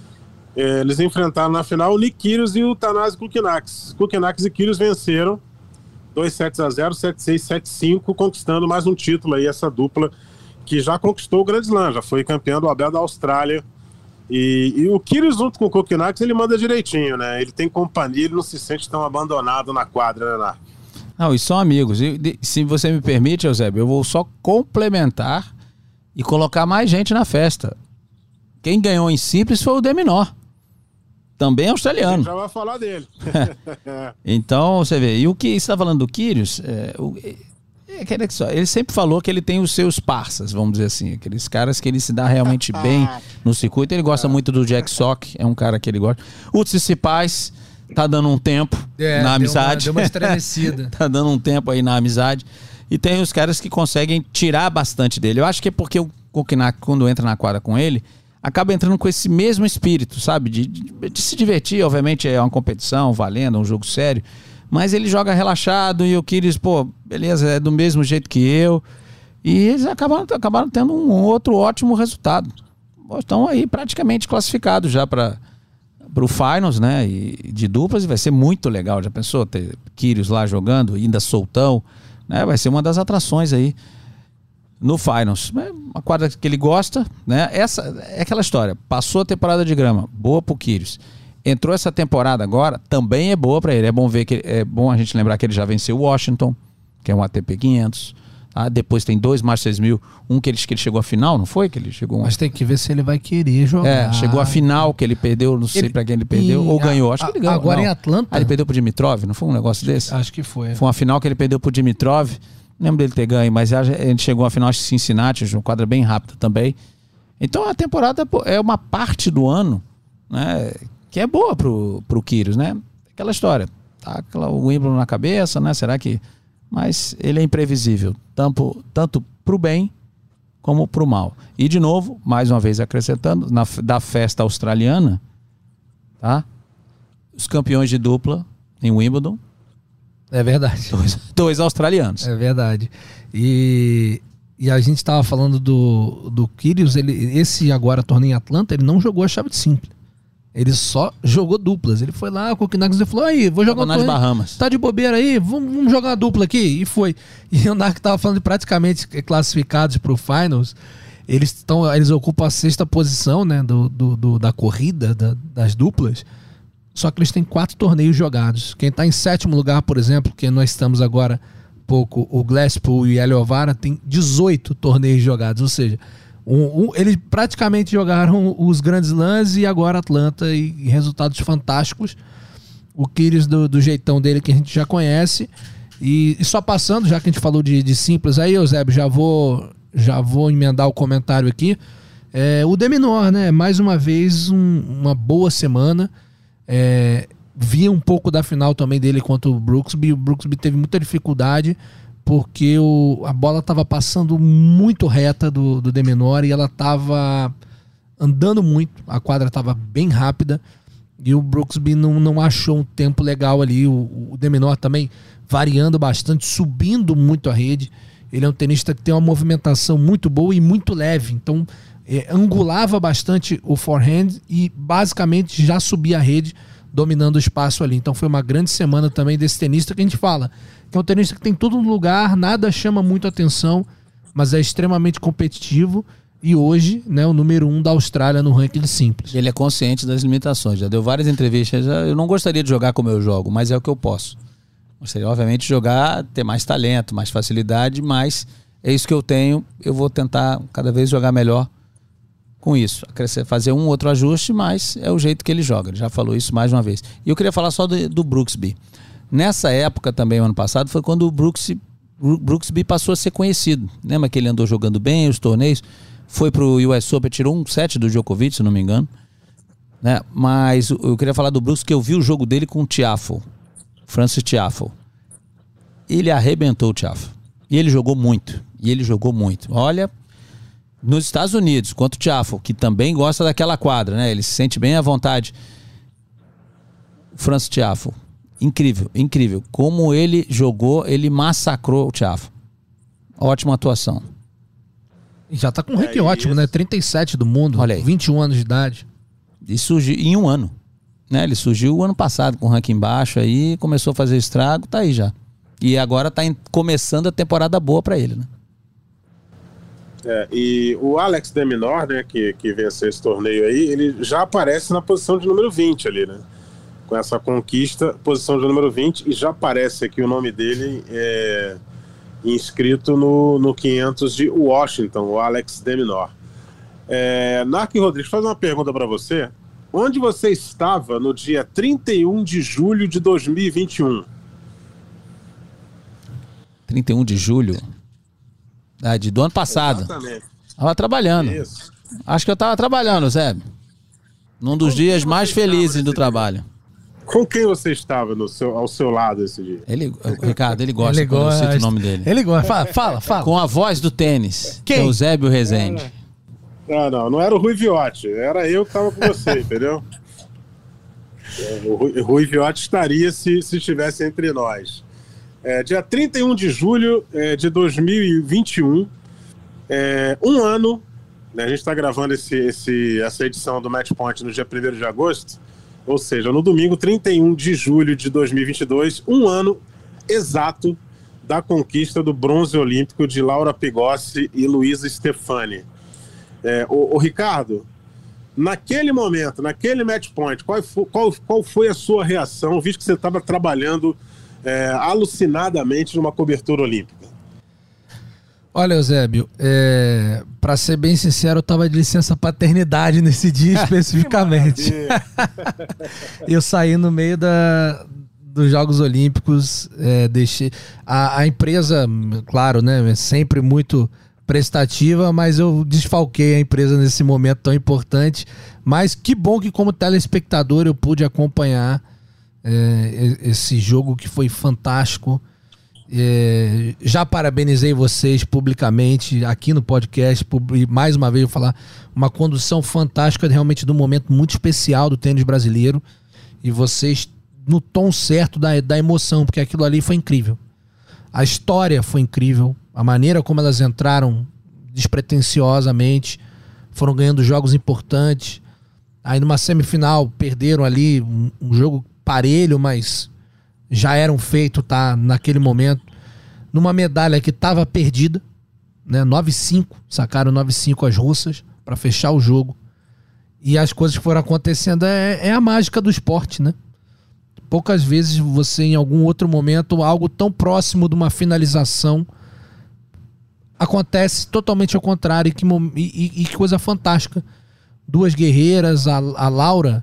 Eles enfrentaram na final o Nick Kyrgios e o Thanasi Kokkinakis. Kokkinakis e Kyrgios venceram 2-7-0, 7-6, 7-5, conquistando mais um título aí, essa dupla que já conquistou o Grand Slam, já foi campeão do Abel da Austrália. E o Kyrgios, junto com o Kokkinakis, ele manda direitinho, né? Ele tem companhia, ele não se sente tão abandonado na quadra, né, Narco? Não, e são amigos. Se você me permite, Eusébio, eu vou só complementar e colocar mais gente na festa. Quem ganhou em simples foi o de Minaur. Também australiano. A gente já vai falar dele. Então, você vê. E o que você está falando do Kyrgios... Ele sempre falou que ele tem os seus parças, vamos dizer assim, aqueles caras que ele se dá realmente bem no circuito. Ele gosta muito do Jack Sock, é um cara que ele gosta. O Tsitsipas tá dando um tempo na amizade. Deu uma estremecida. Tá dando um tempo aí na amizade. E tem os caras que conseguem tirar bastante dele. Eu acho que é porque o Kokkinakis, quando entra na quadra com ele, acaba entrando com esse mesmo espírito, sabe? De se divertir. Obviamente é uma competição, valendo, é um jogo sério. Mas ele joga relaxado e o Kyrgios, beleza, é do mesmo jeito que eu. E eles acabaram tendo um outro ótimo resultado. Estão aí praticamente classificados já para o Finals, né? E de duplas, e vai ser muito legal. Já pensou ter Kyrgios lá jogando, ainda soltão, né? Vai ser uma das atrações aí no Finals. É uma quadra que ele gosta, né? Essa é aquela história. Passou a temporada de grama, boa pro Kyrgios. Entrou essa temporada agora, também é boa para ele. É bom a gente lembrar que ele já venceu o Washington, que é um ATP 500. Tá? Depois tem 2 Masters 1000, um que ele chegou à final, não foi? Que ele chegou. Mas tem que ver se ele vai querer jogar. Chegou à final, que ele perdeu, não sei para quem ele perdeu, ou ganhou. Acho que ele ganhou. Agora em Atlanta. Ele perdeu pro Dimitrov, não foi um negócio desse? Acho que foi. Foi uma final que ele perdeu pro Dimitrov. Não lembro dele ter ganho, mas ele chegou à final de Cincinnati, uma quadra bem rápida também. Então a temporada é uma parte do ano, né? Que é boa pro Kyrgios, né? Aquela história, tá o Wimbledon na cabeça, né? Será que mas ele é imprevisível, tanto para o bem como para o mal. E de novo, mais uma vez acrescentando, da festa australiana, tá? Os campeões de dupla em Wimbledon. É verdade. Dois australianos. É verdade. E a gente estava falando do Kyrgios, esse agora torneio em Atlanta, ele não jogou a chave de simples. Ele só jogou duplas. Ele foi lá, o Kokinaga falou, aí, vou jogar nas Bahamas. Tá de bobeira aí? Vamos jogar uma dupla aqui. E foi. E o Narco tava falando de praticamente classificados pro Finals. Eles ocupam a 6ª posição, né, da corrida, das duplas. Só que eles têm 4 torneios jogados. Quem tá em 7º lugar, por exemplo, que nós estamos agora, o Glasspool e o Eliovara, tem 18 torneios jogados. Ou seja, eles praticamente jogaram os grandes lãs e agora Atlanta, e resultados fantásticos. O Kyrgios do jeitão dele que a gente já conhece. E só passando, já que a gente falou de simples aí, Eusébio, já vou emendar o comentário aqui. O de Minaur, né? Mais uma vez, uma boa semana. Vi um pouco da final também dele contra o Brooksby. O Brooksby teve muita dificuldade porque a bola estava passando muito reta do de Minaur e ela estava andando muito, a quadra estava bem rápida e o Brooksby não achou um tempo legal ali. O de Minaur também variando bastante, subindo muito a rede. Ele é um tenista que tem uma movimentação muito boa e muito leve, então angulava bastante o forehand e basicamente já subia a rede, dominando o espaço ali. Então foi uma grande semana também desse tenista que a gente fala, que é um tenista que tem tudo no lugar, nada chama muito atenção, mas é extremamente competitivo e hoje, né, o número 1 da Austrália no ranking de simples. Ele é consciente das limitações, já deu várias entrevistas. Eu não gostaria de jogar como eu jogo, mas é o que eu posso. Gostaria, obviamente, de jogar, ter mais talento, mais facilidade, mas é isso que eu tenho. Eu vou tentar cada vez jogar melhor com isso. Fazer um outro ajuste, mas é o jeito que ele joga. Ele já falou isso mais uma vez. E eu queria falar só do Brooksby. Nessa época também, ano passado, foi quando o Brooksby passou a ser conhecido. Lembra que ele andou jogando bem os torneios? Foi pro US Open, tirou um set do Djokovic, se não me engano. Né? Mas eu queria falar do Brooks, que eu vi o jogo dele com o Tiafoe. Francis Tiafoe. Ele arrebentou o Tiafoe. E ele jogou muito. Olha, nos Estados Unidos, contra o Tiafoe, que também gosta daquela quadra, né? Ele se sente bem à vontade. O Francis Tiafoe. Incrível, incrível. Como ele jogou, ele massacrou o Tiafoe. Ótima atuação. E já tá com um ranking ótimo, né? 37 do mundo, olha aí. 21 anos de idade. E surgiu em um ano. Né? Ele surgiu o ano passado com o ranking baixo aí, começou a fazer estrago, tá aí já. E agora tá começando a temporada boa pra ele, né? E o Alex de Minaur, né, que venceu esse torneio aí, ele já aparece na posição de número 20 ali, né? Com essa conquista, posição de número 20, e já aparece aqui o nome dele inscrito no 500 de Washington, o Alex de Minaur. Narco Rodrigues, faz uma pergunta para você. Onde você estava no dia 31 de julho de 2021? 31 de julho? Do ano passado. Exatamente. Estava trabalhando. Isso. Acho que eu estava trabalhando, Zé. Num dos dias mais felizes do trabalho. Com quem você estava ao seu lado esse dia? Ricardo, ele gosta quando eu cito o nome dele. Ele gosta. Fala. Com a voz do tênis. Quem? Eusébio Rezende. Não era o Rui Viotti. Era eu que estava com você, entendeu? O Rui Viotti estaria se estivesse entre nós. Dia 31 de julho de 2021, um ano, né, a gente está gravando essa edição do Match Point no dia 1º de agosto, ou seja, no domingo 31 de julho de 2022, um ano exato da conquista do bronze olímpico de Laura Pigossi e Luisa Stefani. O Ricardo, naquele momento, naquele Match Point, qual foi a sua reação, visto que você estava trabalhando alucinadamente numa cobertura olímpica? Olha, Eusébio, para ser bem sincero, eu estava de licença paternidade nesse dia especificamente. Eu saí no meio dos Jogos Olímpicos, deixei a empresa, claro, né, é sempre muito prestativa, mas eu desfalquei a empresa nesse momento tão importante. Mas que bom que, como telespectador, eu pude acompanhar esse jogo que foi fantástico. Já parabenizei vocês publicamente aqui no podcast, mais uma vez eu vou falar, uma condução fantástica realmente de um momento muito especial do tênis brasileiro, e vocês no tom certo da emoção, porque aquilo ali foi incrível. A história foi incrível, a maneira como elas entraram despretensiosamente, foram ganhando jogos importantes, aí numa semifinal perderam ali um jogo parelho, mas já eram feitos, tá, naquele momento, numa medalha que estava perdida, né, 9-5, sacaram 9-5 as russas para fechar o jogo, e as coisas que foram acontecendo é a mágica do esporte, né? Poucas vezes você, em algum outro momento, algo tão próximo de uma finalização acontece totalmente ao contrário, e que coisa fantástica. Duas guerreiras, a Laura,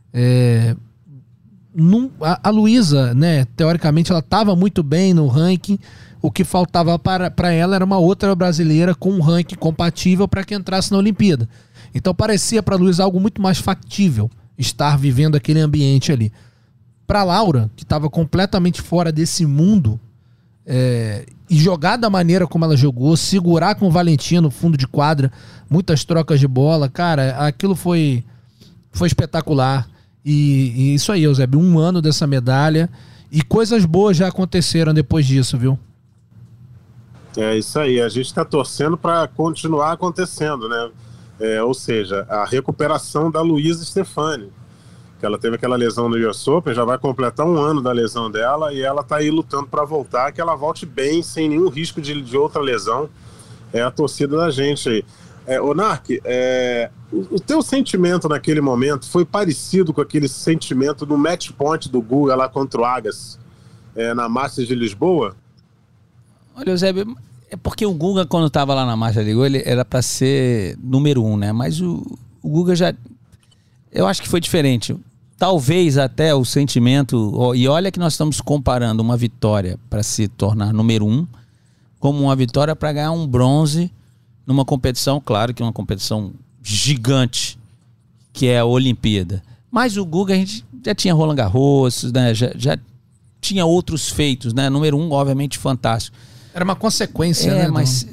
a Luísa, né, teoricamente ela estava muito bem no ranking, o que faltava para ela era uma outra brasileira com um ranking compatível para que entrasse na Olimpíada. Então parecia para a Luísa algo muito mais factível estar vivendo aquele ambiente ali. Para Laura, que estava completamente fora desse mundo, e jogar da maneira como ela jogou, segurar com o Valentim no fundo de quadra, muitas trocas de bola, cara, aquilo foi espetacular. E isso aí, Eusébio, 1 ano dessa medalha, e coisas boas já aconteceram depois disso, viu? É isso aí, a gente está torcendo para continuar acontecendo, né? Ou seja, a recuperação da Luísa Stefani, que ela teve aquela lesão no US Open, já vai completar 1 ano da lesão dela, e ela está aí lutando para voltar, que ela volte bem, sem nenhum risco de outra lesão. É a torcida da gente aí. Ô Narc, o teu sentimento naquele momento foi parecido com aquele sentimento no match point do Guga lá contra o Agassi, na Masters de Lisboa? Olha, Eusébio, é porque o Guga, quando estava lá na Masters de Lisboa, ele era para ser número 1, né? Mas o Guga já... Eu acho que foi diferente. Talvez até o sentimento... E olha que nós estamos comparando uma vitória para se tornar número 1 como uma vitória para ganhar um bronze numa competição, claro que é uma competição gigante, que é a Olimpíada. Mas o Guga, a gente já tinha Roland Garros, né? Já tinha outros feitos, né? Número 1, obviamente, fantástico. Era uma consequência, né? Mas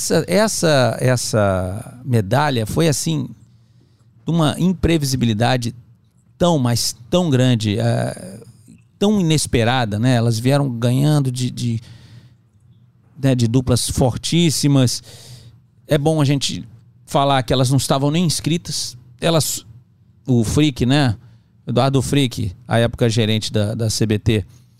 essa medalha foi assim... uma imprevisibilidade mas tão grande, tão inesperada, né? Elas vieram ganhando de duplas fortíssimas. É bom a gente falar que elas não estavam nem inscritas. O Frick, né? Eduardo Frick, à época gerente da CBT,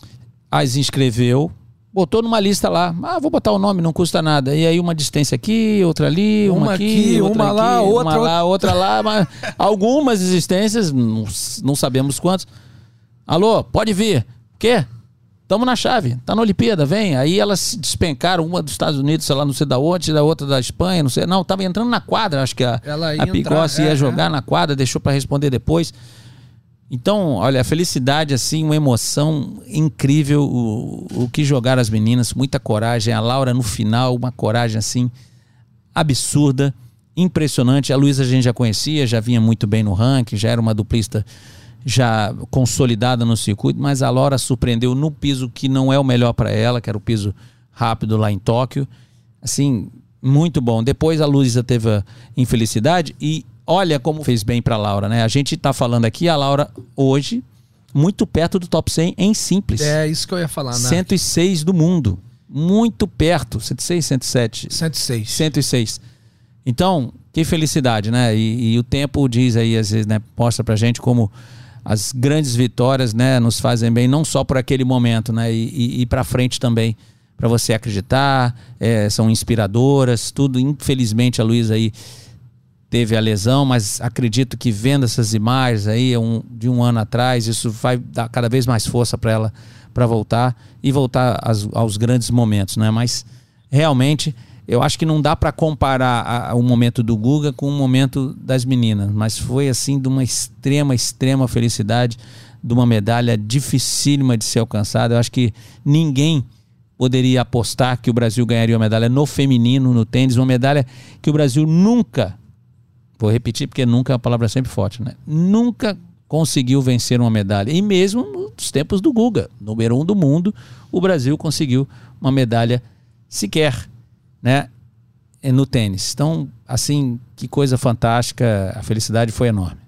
as inscreveu, botou numa lista lá. Vou botar o nome, não custa nada. E aí uma distância aqui, outra ali, uma aqui, outra lá, outra lá. Mas algumas existências, não sabemos quantos. Alô, pode vir. O quê? Tamo na chave. Tá na Olimpíada, vem. Aí elas se despencaram, uma dos Estados Unidos, sei lá, não sei da outra da Espanha, não sei. Não, tava entrando na quadra, acho que a Pigossi ia jogar na quadra, deixou para responder depois. Então, olha, a felicidade, assim, uma emoção incrível, o que jogaram as meninas, muita coragem, a Laura no final, uma coragem, assim, absurda, impressionante. A Luísa a gente já conhecia, já vinha muito bem no ranking, já era uma duplista já consolidada no circuito, mas a Laura surpreendeu no piso que não é o melhor para ela, que era o piso rápido lá em Tóquio, assim, muito bom. Depois a Luísa teve a infelicidade e olha como fez bem para a Laura, né? A gente tá falando aqui, a Laura hoje, muito perto do top 100 em simples. É isso que eu ia falar, né? 106 do mundo. Muito perto. 106, 107? 106. 106. Então, que felicidade, né? E o tempo diz aí, às vezes, né? Mostra pra gente como as grandes vitórias, né? Nos fazem bem, não só por aquele momento, né? E pra frente também, pra você acreditar. São inspiradoras, tudo. Infelizmente, a Luísa aí teve a lesão, mas acredito que vendo essas imagens aí de um ano atrás, isso vai dar cada vez mais força para ela para voltar aos grandes momentos, né? Mas realmente eu acho que não dá para comparar o momento do Guga com o momento das meninas, mas foi assim de uma extrema felicidade, de uma medalha dificílima de ser alcançada. Eu acho que ninguém poderia apostar que o Brasil ganharia uma medalha no feminino, no tênis, uma medalha que o Brasil nunca, vou repetir porque nunca é uma palavra sempre forte, né? Nunca conseguiu vencer uma medalha. E mesmo nos tempos do Guga, número 1 do mundo, o Brasil conseguiu uma medalha sequer, né, no tênis. Então, assim, que coisa fantástica, a felicidade foi enorme.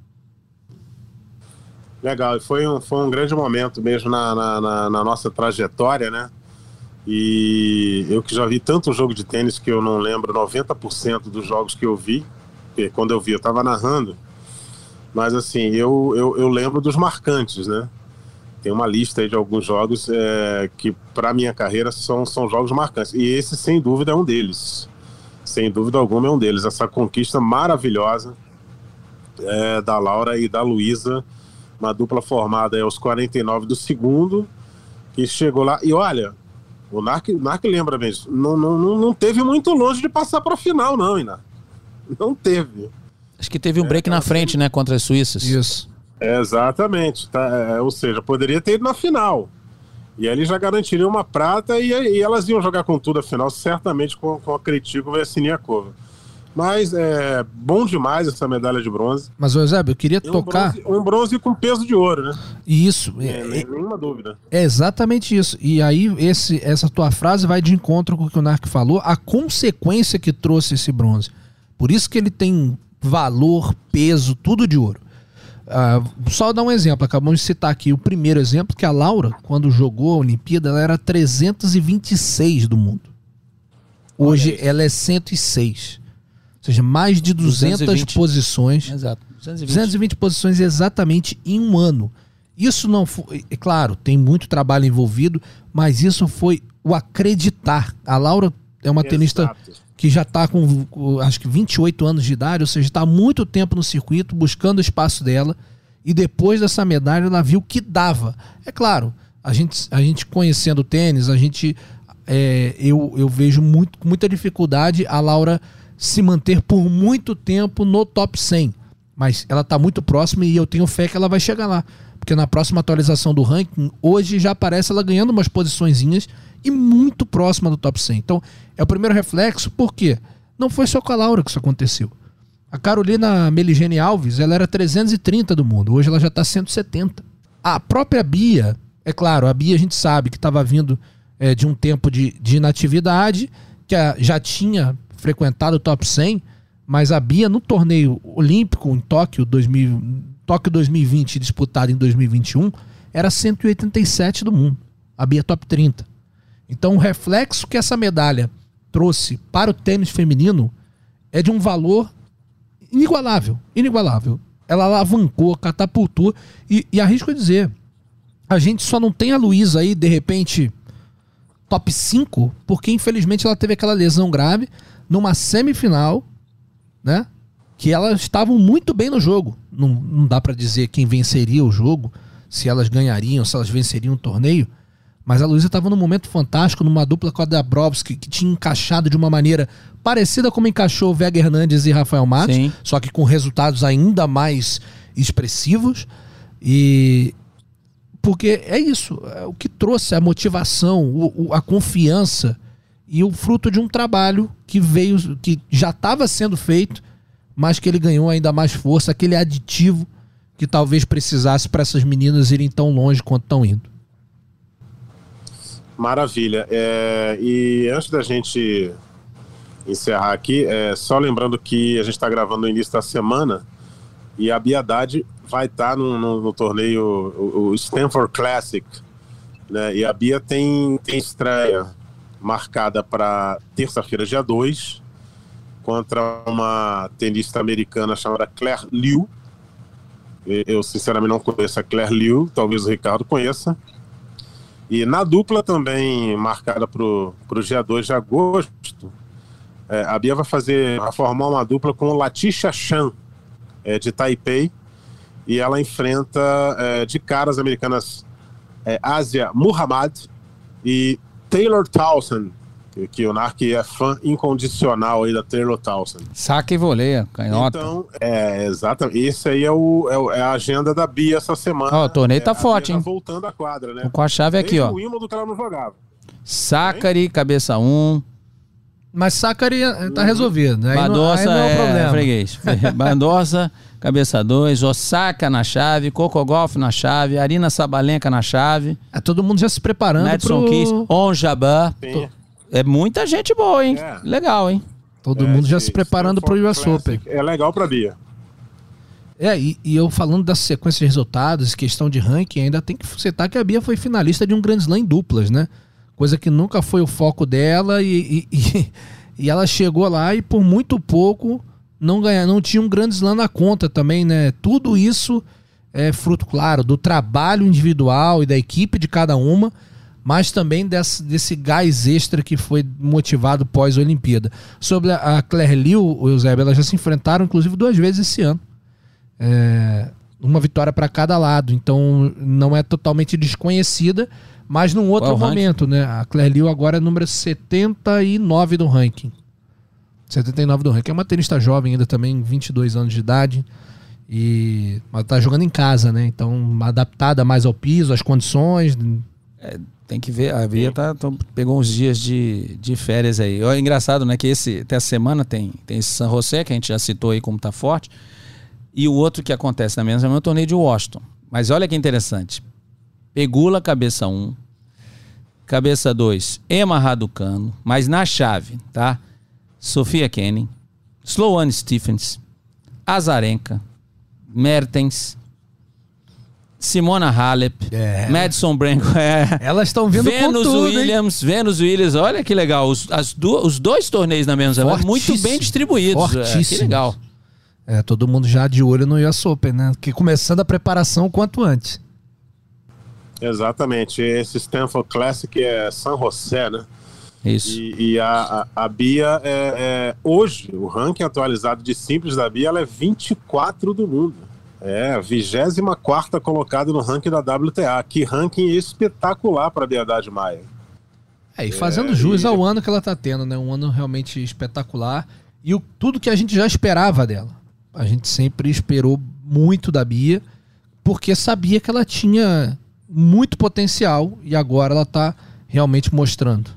Legal, e foi um grande momento mesmo na nossa trajetória, né? E eu que já vi tanto jogo de tênis que eu não lembro 90% dos jogos que eu vi, porque quando eu vi eu estava narrando, mas assim, eu lembro dos marcantes, né? Tem uma lista aí de alguns jogos que para minha carreira são jogos marcantes, e esse sem dúvida é um deles, sem dúvida alguma é um deles, essa conquista maravilhosa da Laura e da Luísa, uma dupla formada aos 49 do segundo, que chegou lá, e olha, o Narc lembra mesmo, não teve muito longe de passar para a final não, Iná. Não teve. Acho que teve um break na frente, né, contra as suíças. Isso. Exatamente, ou seja, poderia ter ido na final, e aí eles já garantiriam uma prata, e elas iam jogar com tudo a final, certamente com a Krejcikova e a Siniakova. Mas é bom demais essa medalha de bronze. Mas, Eusébio, eu queria tocar... Um bronze com peso de ouro, né? Isso. Nenhuma dúvida. É exatamente isso. E aí, essa tua frase vai de encontro com o que o Narc falou, a consequência que trouxe esse bronze. Por isso que ele tem valor, peso, tudo de ouro. Só dar um exemplo, acabamos de citar aqui o primeiro exemplo, que a Laura, quando jogou a Olimpíada, ela era 326 do mundo. Hoje ela é 106. Ou seja, mais de 220 posições. Exato. 220 posições exatamente em um ano. Isso não foi... É claro, tem muito trabalho envolvido, mas isso foi o acreditar. A Laura é uma tenista que já está com, acho que 28 anos de idade, ou seja, está há muito tempo no circuito, buscando o espaço dela, e depois dessa medalha ela viu que dava. É claro, a gente conhecendo o tênis, eu vejo muita dificuldade a Laura se manter por muito tempo no top 100, mas ela está muito próxima e eu tenho fé que ela vai chegar lá, porque na próxima atualização do ranking, hoje já aparece ela ganhando umas posiçõezinhas e muito próxima do top 100. Então, é o primeiro reflexo, por quê? Não foi só com a Laura que isso aconteceu. A Carolina Meligeni Alves, ela era 330 do mundo, hoje ela já está 170. A própria Bia, é claro, a Bia a gente sabe que estava vindo de um tempo de inatividade, que já tinha frequentado o top 100, mas a Bia no torneio olímpico em Tóquio 2020, disputado em 2021, era 187 do mundo. A Bia top 30. Então o reflexo que essa medalha trouxe para o tênis feminino é de um valor inigualável. Inigualável. Ela alavancou, catapultou e arrisco a dizer, a gente só não tem a Luísa aí, de repente, top 5, porque infelizmente ela teve aquela lesão grave numa semifinal, né? Que elas estavam muito bem no jogo. Não dá pra dizer quem venceria o jogo, se elas ganhariam, se elas venceriam o torneio, mas a Luísa estava num momento fantástico, numa dupla com a Dabrowski, que tinha encaixado de uma maneira parecida como encaixou Vega Hernandes e Rafael Matos, sim, só que com resultados ainda mais expressivos. E porque é isso, é o que trouxe a motivação, a confiança e o fruto de um trabalho que veio, que já estava sendo feito, mas que ele ganhou ainda mais força, aquele aditivo que talvez precisasse para essas meninas irem tão longe quanto estão indo. Maravilha. E antes da gente encerrar aqui, só lembrando que a gente está gravando no início da semana e a Bia Haddad vai estar no torneio, o Stanford Classic, né? E a Bia tem estreia marcada para terça-feira, dia 2, contra uma tenista americana chamada Claire Liu. Eu sinceramente não conheço a Claire Liu, talvez o Ricardo conheça. E na dupla também marcada para o dia 2 de agosto, a Bia vai formar uma dupla com Latisha Chan, de Taipei, e ela enfrenta de caras americanas Asia Muhammad e Taylor Townsend, que o Narc é fã incondicional aí da Taylor Townsend. Saca e voleia, canhota. Então, exatamente. Esse aí é a agenda da Bia essa semana. O torneio tá forte, hein? Voltando à quadra, né? Com a chave aqui, ó. O Wimbledon que ela não jogava. Sakkari, cabeça 1. Mas Sakkari tá resolvido. Aí Badosa não é o problema. Freguês. Badosa, cabeça 2, Osaka na chave, Kokogolf na chave, Arina Sabalenka na chave. Todo mundo já se preparando Madison Keys, Onjabá. É muita gente boa, hein? Legal, hein? Todo mundo já se preparando pro US Open. É legal pra Bia. E eu falando da sequência de resultados, questão de ranking, ainda tem que citar que a Bia foi finalista de um Grand Slam em duplas, né? Coisa que nunca foi o foco dela e ela chegou lá e por muito pouco não tinha um Grand Slam na conta também, né? Tudo isso é fruto, claro, do trabalho individual e da equipe de cada uma, mas também desse gás extra que foi motivado pós-Olimpíada. Sobre a Claire Liu, Eusébio, elas já se enfrentaram inclusive 2 vezes esse ano. Uma vitória para cada lado, então não é totalmente desconhecida, mas num outro momento, né? A Claire Liu agora é número 79 do ranking. 79 do ranking. É uma tenista jovem ainda também, 22 anos de idade. Mas tá jogando em casa, né? Então, adaptada mais ao piso, às condições. Tem que ver. A Bia pegou uns dias de férias aí. É engraçado, né? Que até a semana tem esse San José, que a gente já citou aí como tá forte. E o outro que acontece na mesma semana é o torneio de Washington. Mas olha que interessante. Pegula, cabeça 1. Cabeça 2, Emma Raducanu. Mas na chave, tá? Sofia Kenin, Sloane Stephens, Azarenka, Mertens, Simona Halep, Madison Branco. Elas estão vindo com tudo, Williams, Venus Williams. Olha que legal. Os 2 torneios na mesma semana, muito bem distribuídos. Que legal. Todo mundo já de olho no US Open, né? Que começando a preparação quanto antes. Exatamente. Esse Stanford Classic é San José, né? Isso. E a Bia, hoje, o ranking atualizado de simples da Bia, ela é 24 do mundo. A 24ª colocada no ranking da WTA. Que ranking espetacular para a Bia Haddad Maia. E fazendo jus ao ano que ela está tendo, né? Um ano realmente espetacular. E tudo que a gente já esperava dela. A gente sempre esperou muito da Bia, porque sabia que ela tinha muito potencial e agora ela está realmente mostrando.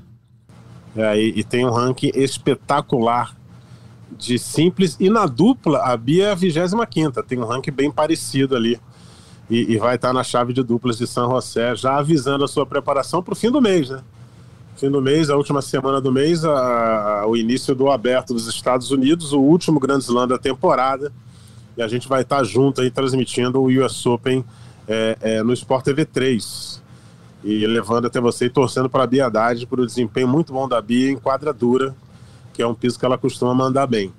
E tem um ranking espetacular de simples, e na dupla a Bia é a 25ª, tem um ranking bem parecido ali, e vai estar na chave de duplas de San José, já avisando a sua preparação para o fim do mês, né? Fim do mês, a última semana do mês, o início do Aberto dos Estados Unidos, o último Grand Slam da temporada, e a gente vai estar junto aí transmitindo o US Open no Sport TV 3, e levando até você e torcendo para a Bia Haddad por o desempenho muito bom da Bia em quadra dura, que é um piso que ela costuma mandar bem.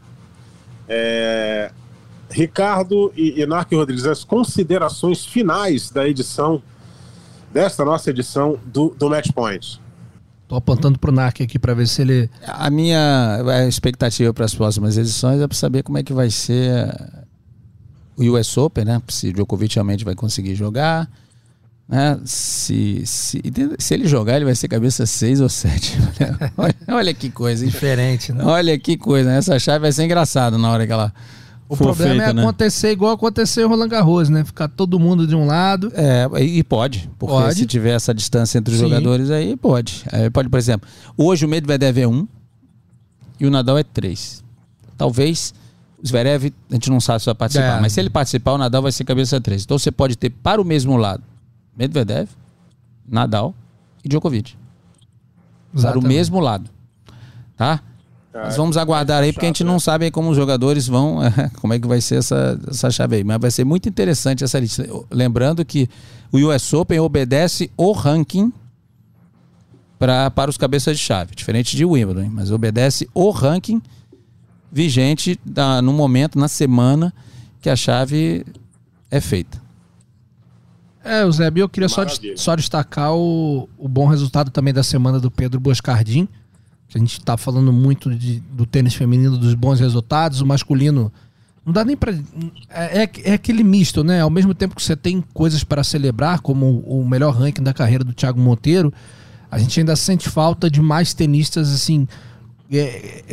Ricardo e Narc Rodrigues, as considerações finais desta nossa edição do Match Point. Tô apontando pro Narc aqui para ver se ele... A minha expectativa para as próximas edições é para saber como é que vai ser o US Open, né? Se Djokovic realmente vai conseguir jogar, né? Se ele jogar, ele vai ser cabeça 6 ou 7. Olha que coisa, hein? Diferente, né? Olha que coisa, né? Essa chave vai ser engraçada na hora que ela o problema feita, é acontecer igual aconteceu em Roland Garros, né? Ficar todo mundo de um lado. E pode, porque se tiver essa distância entre os jogadores, aí pode. Pode, por exemplo, hoje o Medvedev é 1 e o Nadal é 3. Talvez o Zverev, a gente não sabe se vai participar, mas se ele participar, o Nadal vai ser cabeça 3. Então você pode ter para o mesmo lado Medvedev, Nadal e Djokovic. Para o mesmo lado. Tá? Mas vamos aguardar aí, porque a gente não sabe aí como os jogadores vão, como é que vai ser essa chave aí. Mas vai ser muito interessante essa lista. Lembrando que o US Open obedece o ranking para os cabeças de chave, diferente de Wimbledon, mas obedece o ranking vigente no momento, na semana que a chave é feita. Eusébio, eu queria só destacar o bom resultado também da semana do Pedro Boscardin. A gente tá falando muito do tênis feminino, dos bons resultados, o masculino não dá nem pra... É aquele misto, né? Ao mesmo tempo que você tem coisas para celebrar, como o melhor ranking da carreira do Thiago Monteiro, a gente ainda sente falta de mais tenistas, assim,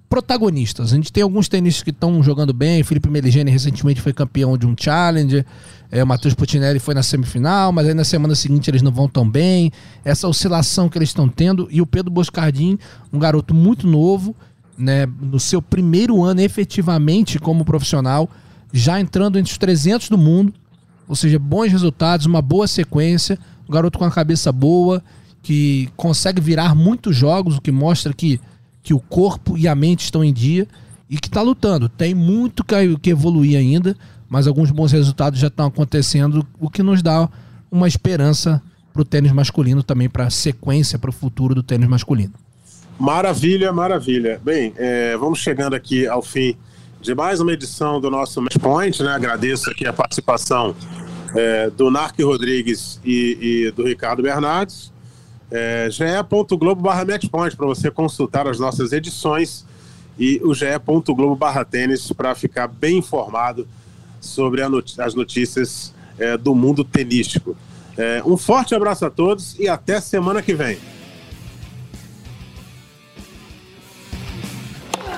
protagonistas. A gente tem alguns tenistas que estão jogando bem. Felipe Meligeni recentemente foi campeão de um Challenger. O Matheus Puccinelli foi na semifinal, mas aí na semana seguinte eles não vão tão bem. Essa oscilação que eles estão tendo. E o Pedro Boscardin, um garoto muito novo, né, no seu primeiro ano efetivamente como profissional, já entrando entre os 300 do mundo. Ou seja, bons resultados, uma boa sequência. Um garoto com a cabeça boa, que consegue virar muitos jogos, o que mostra que o corpo e a mente estão em dia e que está lutando. Tem muito que evoluir ainda, mas alguns bons resultados já estão acontecendo, o que nos dá uma esperança para o tênis masculino também, para a sequência, para o futuro do tênis masculino. Maravilha, maravilha. Bem, vamos chegando aqui ao fim de mais uma edição do nosso Match Point, né? Agradeço aqui a participação do Narc Rodrigues e do Ricardo Bernardes. ge.globo/matchpoint para você consultar as nossas edições e o ge.globo/tênis para ficar bem informado sobre as notícias do mundo tenístico. Um forte abraço a todos e até semana que vem.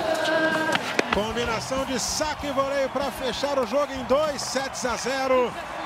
Combinação de saque e voleio para fechar o jogo em 2 sets a 0.